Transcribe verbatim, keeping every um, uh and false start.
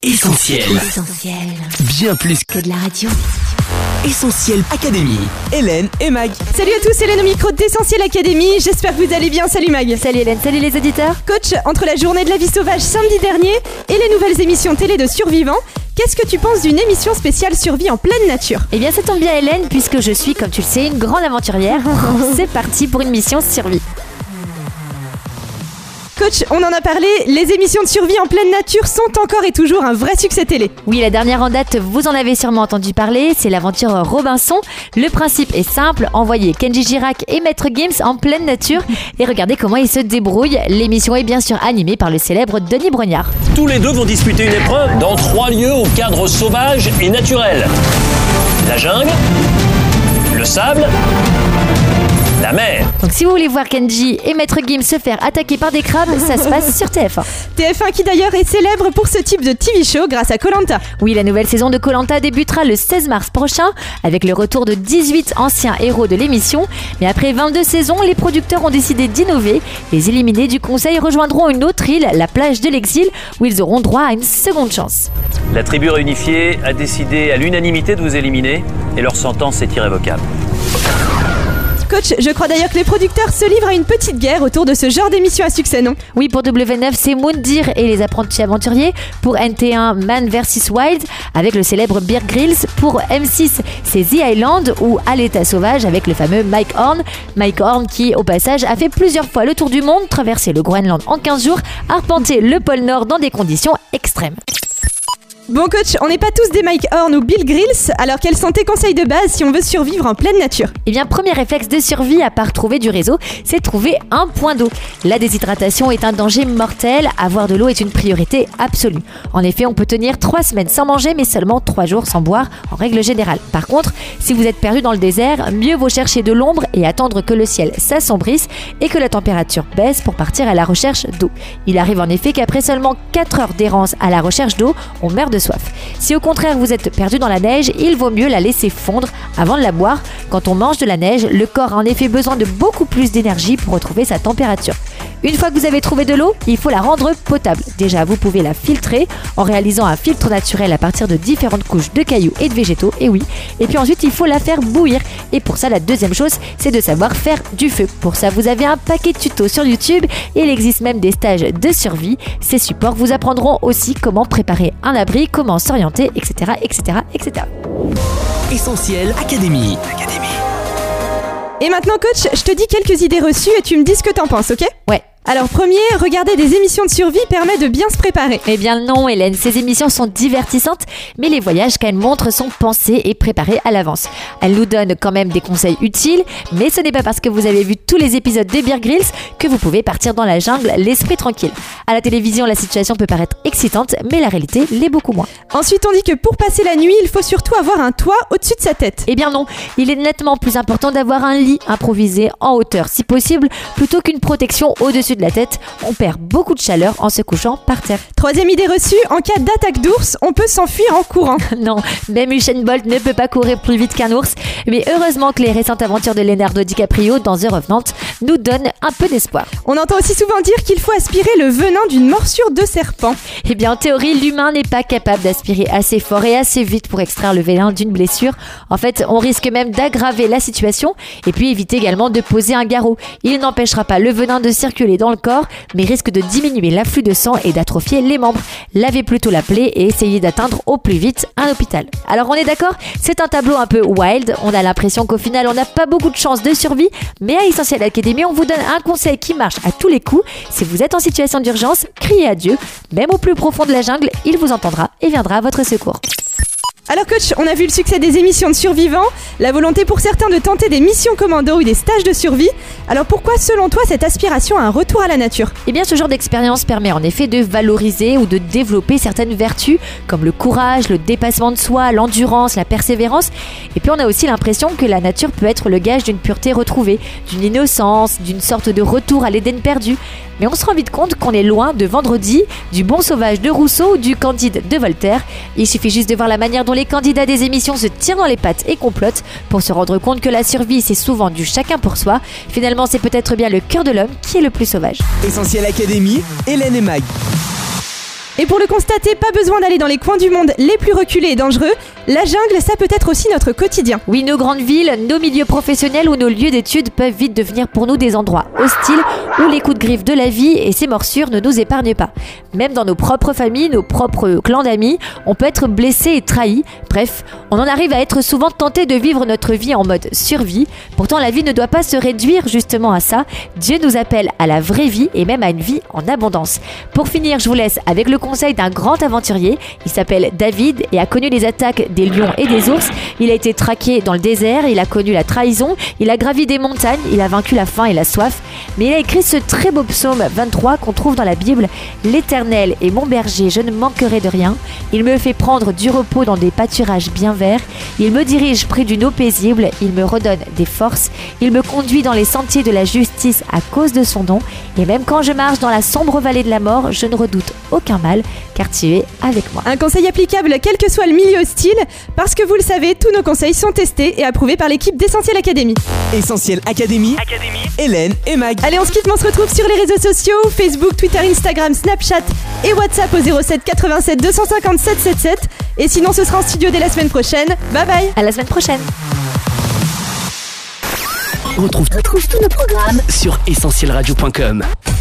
Essentiel. Essentiel. Bien plus que de la radio. Essentiel Académie. Hélène et Mag. Salut à tous, Hélène au micro d'Essentiel Académie. J'espère que vous allez bien. Salut Mag. Salut Hélène, salut les auditeurs. Coach, entre la journée de la vie sauvage samedi dernier et les nouvelles émissions télé de survivants, qu'est-ce que tu penses d'une émission spéciale survie en pleine nature ? Eh bien ça tombe bien Hélène, puisque je suis, comme tu le sais, une grande aventurière. C'est parti pour une mission survie. Coach, on en a parlé, les émissions de survie en pleine nature sont encore et toujours un vrai succès télé. Oui, la dernière en date, vous en avez sûrement entendu parler, c'est l'aventure Robinson. Le principe est simple, envoyez Kenji Girac et Maître Gims en pleine nature et regardez comment ils se débrouillent. L'émission est bien sûr animée par le célèbre Denis Brognard. Tous les deux vont disputer une épreuve dans trois lieux au cadre sauvage et naturel. La jungle, le sable, la mer. Donc si vous voulez voir Kenji et Maître Gims se faire attaquer par des crabes, ça se passe sur T F un. T F un qui d'ailleurs est célèbre pour ce type de T V show grâce à Koh-Lanta. Oui, la nouvelle saison de Koh-Lanta débutera le seize mars prochain avec le retour de dix-huit anciens héros de l'émission. Mais après vingt-deux saisons, les producteurs ont décidé d'innover. Les éliminés du conseil rejoindront une autre île, la plage de l'exil, où ils auront droit à une seconde chance. La tribu réunifiée a décidé à l'unanimité de vous éliminer et leur sentence est irrévocable. Coach, je crois d'ailleurs que les producteurs se livrent à une petite guerre autour de ce genre d'émission à succès, non ? Oui, pour W neuf, c'est Moundir et les apprentis aventuriers. Pour N T un, Man versus Wild, avec le célèbre Bear Grylls. Pour M six, c'est The Island ou À l'état sauvage, avec le fameux Mike Horn. Mike Horn qui, au passage, a fait plusieurs fois le tour du monde, traversé le Groenland en quinze jours, arpenté le pôle Nord dans des conditions extrêmes. Bon coach, on n'est pas tous des Mike Horn ou Bill Grylls, alors quels sont tes conseils de base si on veut survivre en pleine nature ? Eh bien, premier réflexe de survie, à part trouver du réseau, c'est trouver un point d'eau. La déshydratation est un danger mortel, avoir de l'eau est une priorité absolue. En effet, on peut tenir trois semaines sans manger, mais seulement trois jours sans boire, en règle générale. Par contre, si vous êtes perdu dans le désert, mieux vaut chercher de l'ombre et attendre que le ciel s'assombrisse et que la température baisse pour partir à la recherche d'eau. Il arrive en effet qu'après seulement quatre heures d'errance à la recherche d'eau, on meurt de soif. Si au contraire vous êtes perdu dans la neige, il vaut mieux la laisser fondre avant de la boire. Quand on mange de la neige, le corps a en effet besoin de beaucoup plus d'énergie pour retrouver sa température. Une fois que vous avez trouvé de l'eau, il faut la rendre potable. Déjà, vous pouvez la filtrer en réalisant un filtre naturel à partir de différentes couches de cailloux et de végétaux, et oui. Et puis ensuite, il faut la faire bouillir. Et pour ça, la deuxième chose, c'est de savoir faire du feu. Pour ça, vous avez un paquet de tutos sur YouTube et il existe même des stages de survie. Ces supports vous apprendront aussi comment préparer un abri, comment s'orienter, et cetera, et cetera, et cetera. Essentiel Académie. Académie. Et maintenant coach, je te dis quelques idées reçues et tu me dis ce que t'en penses, ok ? Ouais. Alors premier, regarder des émissions de survie permet de bien se préparer. Eh bien non Hélène, ces émissions sont divertissantes, mais les voyages qu'elles montrent sont pensés et préparés à l'avance. Elles nous donnent quand même des conseils utiles, mais ce n'est pas parce que vous avez vu tous les épisodes des Bear Grylls que vous pouvez partir dans la jungle l'esprit tranquille. À la télévision, la situation peut paraître excitante, mais la réalité l'est beaucoup moins. Ensuite, on dit que pour passer la nuit, il faut surtout avoir un toit au-dessus de sa tête. Eh bien non, il est nettement plus important d'avoir un lit improvisé en hauteur, si possible, plutôt qu'une protection au-dessus de la tête. On perd beaucoup de chaleur en se couchant par terre. Troisième idée reçue, en cas d'attaque d'ours, on peut s'enfuir en courant. Non, même Usain Bolt ne peut pas courir plus vite qu'un ours. Mais heureusement que les récentes aventures de Leonardo DiCaprio dans The Revenant nous donnent un peu d'espoir. On entend aussi souvent dire qu'il faut aspirer le venin d'une morsure de serpent. Eh bien en théorie, l'humain n'est pas capable d'aspirer assez fort et assez vite pour extraire le venin d'une blessure. En fait, on risque même d'aggraver la situation et puis éviter également de poser un garrot. Il n'empêchera pas le venin de circuler dans le corps, mais risque de diminuer l'afflux de sang et d'atrophier les membres. Lavez plutôt la plaie et essayez d'atteindre au plus vite un hôpital. Alors on est d'accord, c'est un tableau un peu wild, on a l'impression qu'au final on n'a pas beaucoup de chances de survie, mais à Essentiel Académie on vous donne un conseil qui marche à tous les coups. Si vous êtes en situation d'urgence, criez à Dieu, même au plus profond de la jungle, il vous entendra et viendra à votre secours. Alors coach, on a vu le succès des émissions de survivants, la volonté pour certains de tenter des missions commando ou des stages de survie. Alors pourquoi selon toi cette aspiration à un retour à la nature ? Eh bien ce genre d'expérience permet en effet de valoriser ou de développer certaines vertus comme le courage, le dépassement de soi, l'endurance, la persévérance. Et puis on a aussi l'impression que la nature peut être le gage d'une pureté retrouvée, d'une innocence, d'une sorte de retour à l'Éden perdu. Mais on se rend vite compte qu'on est loin de Vendredi, du Bon sauvage de Rousseau ou du Candide de Voltaire. Il suffit juste de voir la manière dont les candidats des émissions se tirent dans les pattes et complotent pour se rendre compte que la survie c'est souvent du chacun pour soi. Finalement c'est peut-être bien le cœur de l'homme qui est le plus sauvage. Essentiel Académie, Hélène et Mag. Et pour le constater, pas besoin d'aller dans les coins du monde les plus reculés et dangereux. La jungle, ça peut être aussi notre quotidien. Oui, nos grandes villes, nos milieux professionnels ou nos lieux d'études peuvent vite devenir pour nous des endroits hostiles où les coups de griffe de la vie et ses morsures ne nous épargnent pas. Même dans nos propres familles, nos propres clans d'amis, on peut être blessé et trahi. Bref, on en arrive à être souvent tenté de vivre notre vie en mode survie. Pourtant, la vie ne doit pas se réduire justement à ça. Dieu nous appelle à la vraie vie et même à une vie en abondance. Pour finir, je vous laisse avec le conseil d'un grand aventurier. Il s'appelle David et a connu les attaques des lions et des ours. Il a été traqué dans le désert, il a connu la trahison, il a gravi des montagnes, il a vaincu la faim et la soif. Mais il a écrit ce très beau psaume vingt-trois qu'on trouve dans la Bible. L'Éternel est mon berger, je ne manquerai de rien. Il me fait prendre du repos dans des pâturages bien verts. Il me dirige près d'une eau paisible, il me redonne des forces. Il me conduit dans les sentiers de la justice à cause de son nom. Et même quand je marche dans la sombre vallée de la mort, je ne redoute aucun mal, car tu es avec moi. Un conseil applicable quel que soit le milieu hostile, parce que vous le savez, tous nos conseils sont testés et approuvés par l'équipe d'Essentiel Academy. Essentiel Academy, Academy, Hélène et Mag. Allez, on se quitte, mais on se retrouve sur les réseaux sociaux, Facebook, Twitter, Instagram, Snapchat et WhatsApp au zéro sept quatre-vingt-sept deux cent cinquante sept cent soixante-dix-sept. Et sinon, ce sera en studio dès la semaine prochaine. Bye bye. À la semaine prochaine. On retrouve, retrouve tous nos programmes sur essentiel radio point com.